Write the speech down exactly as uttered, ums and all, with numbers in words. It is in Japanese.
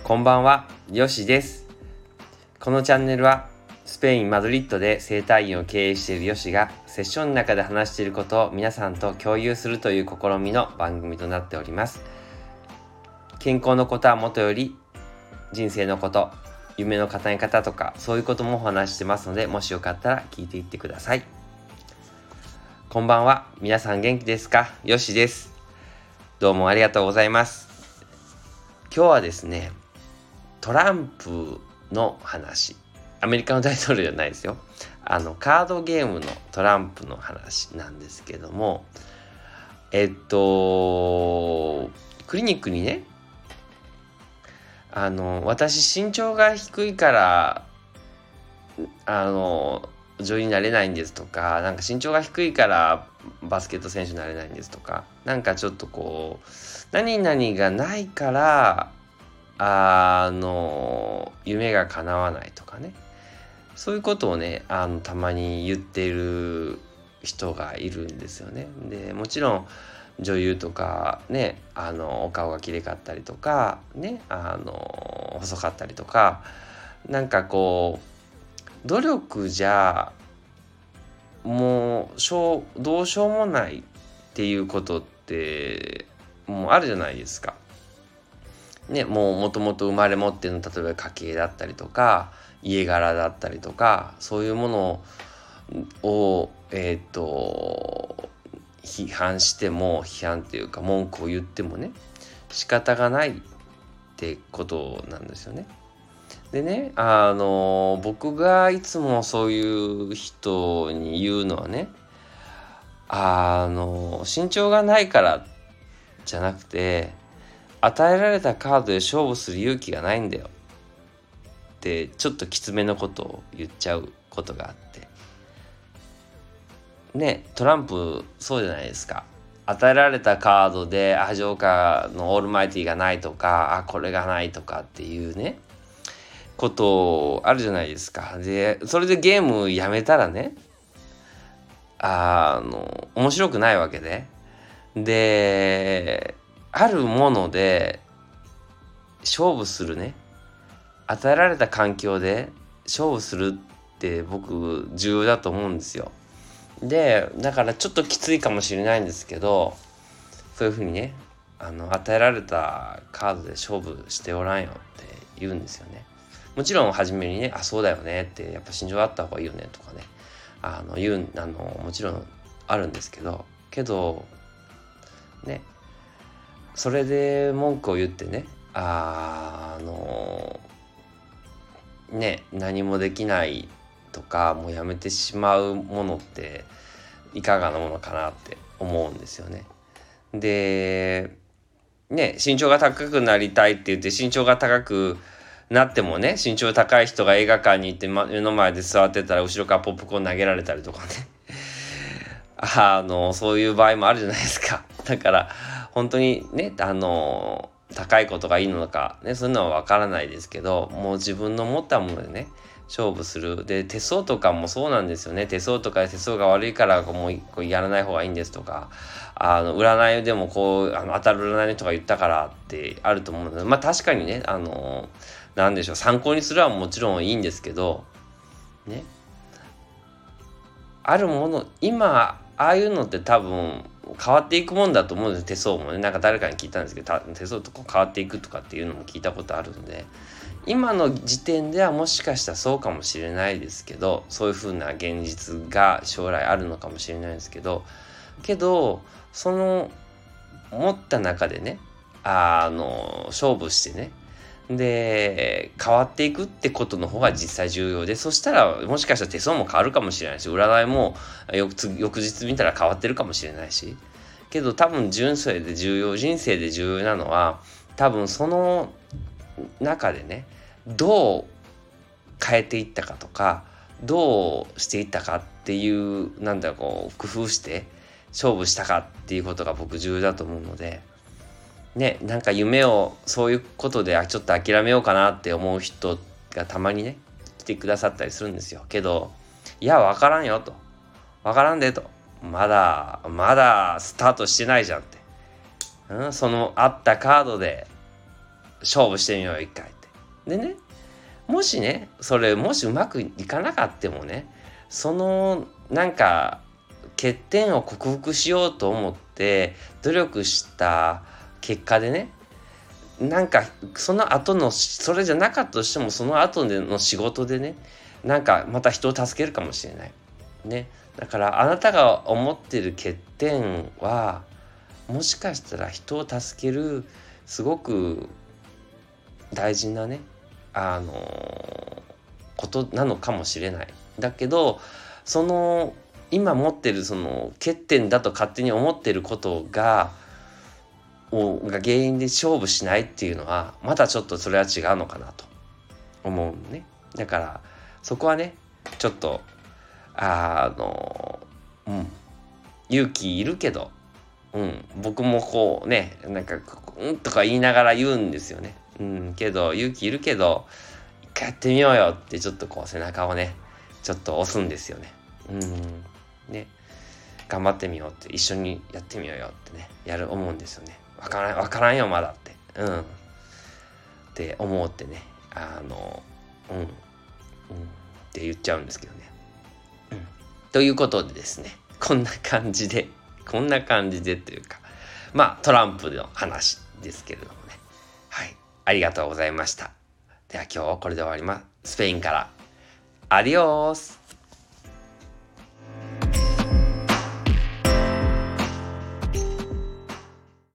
こんばんは、よしです。このチャンネルはスペイン・マドリッドで整体院を経営しているよしがセッションの中で話していることを皆さんと共有するという試みの番組となっております。健康のことはもとより人生のこと、夢の叶え方とかそういうこともお話してますので、もしよかったら聞いていってください。こんばんは、皆さん元気ですか？よしです。どうもありがとうございます。今日はですね、トランプの話、アメリカの大統領じゃないですよ。あのカードゲームのトランプの話なんですけども、えっとクリニックにね、あの私身長が低いからあの女優になれないんですとか、なんか身長が低いからバスケット選手になれないんですとか、なんかちょっとこう何々がないからあの夢が叶わないとかね、そういうことをねあのたまに言っている人がいるんですよね。でもちろん女優とかね、あのお顔がきれかったりとかね、あの細かったりとか、なんかこう努力じゃもうしょうどうしようもないっていうことってもうあるじゃないですか。ね、もうもともと生まれ持っての例えば家系だったりとか家柄だったりとか、そういうものをえっ、と批判しても批判っていうか文句を言ってもね仕方がないってことなんですよね。でね、あの僕がいつもそういう人に言うのはね、あの身長がないからじゃなくて、与えられたカードで勝負する勇気がないんだよってちょっときつめのことを言っちゃうことがあってね、トランプそうじゃないですか。与えられたカードであジョーカーのオールマイティがないとか、あこれがないとかっていうねことあるじゃないですか。でそれでゲームやめたらね、あの面白くないわけで、であるもので勝負するね、与えられた環境で勝負するって僕重要だと思うんですよ。でだからちょっときついかもしれないんですけど、そういうふうにね、あの与えられたカードで勝負しておらんよって言うんですよね。もちろん初めにね、あそうだよねって、やっぱ心情あった方がいいよねとかね、あの言うあのもちろんあるんですけどけどね、それで文句を言ってね、あ、あのね何もできないとかもうやめてしまうものっていかがなものかなって思うんですよね。でね、身長が高くなりたいって言って身長が高くなってもね、身長高い人が映画館に行って目の前で座ってたら後ろからポップコーン投げられたりとかねあのそういう場合もあるじゃないですか。だから本当にね、あの高いことがいいのかね、そういうのは分からないですけど、もう自分の持ったものでね勝負する。で手相とかもそうなんですよね。手相とかで手相が悪いからもうこうやらない方がいいんですとか、あの占いでもこうあの当たる占いの人が言ったからってあると思うので、まあ確かにね、あのなんでしょう、参考にするはもちろんいいんですけどね、あるもの今ああいうのって多分変わっていくもんだと思うんです。手相もね、なんか誰かに聞いたんですけど、手相とか変わっていくとかっていうのも聞いたことあるので、今の時点ではもしかしたらそうかもしれないですけど、そういう風な現実が将来あるのかもしれないですけど、けどその持った中でね、あの勝負してね、で変わっていくってことの方が実際重要で、そしたらもしかしたら手相も変わるかもしれないし、占いも翌翌日見たら変わってるかもしれないし、けど多分人生で重要人生で重要なのは、多分その中でねどう変えていったかとか、どうしていったかっていうなんだろう、こう工夫して勝負したかっていうことが僕重要だと思うのでね、なんか夢をそういうことでちょっと諦めようかなって思う人がたまにね来てくださったりするんですよ。けどいや分からんよと、分からんでと、まだまだスタートしてないじゃんって、うん、そのあったカードで勝負してみよう一回ってでね、もしねそれもしうまくいかなかってもね、そのなんか欠点を克服しようと思って努力した結果でね、なんかその後のそれじゃなかったとしてもその後での仕事でね、なんかまた人を助けるかもしれないね。だからあなたが思ってる欠点はもしかしたら人を助けるすごく大事なねあのーことなのかもしれない。だけどその今持ってるその欠点だと勝手に思ってることがをが原因で勝負しないっていうのはまたちょっとそれは違うのかなと思うね。だからそこはねちょっとあのうん勇気いるけど、うん、僕もこうねなんかうんとか言いながら言うんですよね。うん、けど勇気いるけど一回やってみようよってちょっとこう背中をねちょっと押すんですよね。うんね、頑張ってみようって一緒にやってみようよってねやる思うんですよね。わからんわからんよまだってうんって思ってねあのうんうんって言っちゃうんですけどね。うん、ということでですね、こんな感じでこんな感じでというかまあトランプの話ですけれどもね、はいありがとうございました。では今日はこれで終わります。スペインからアディオース。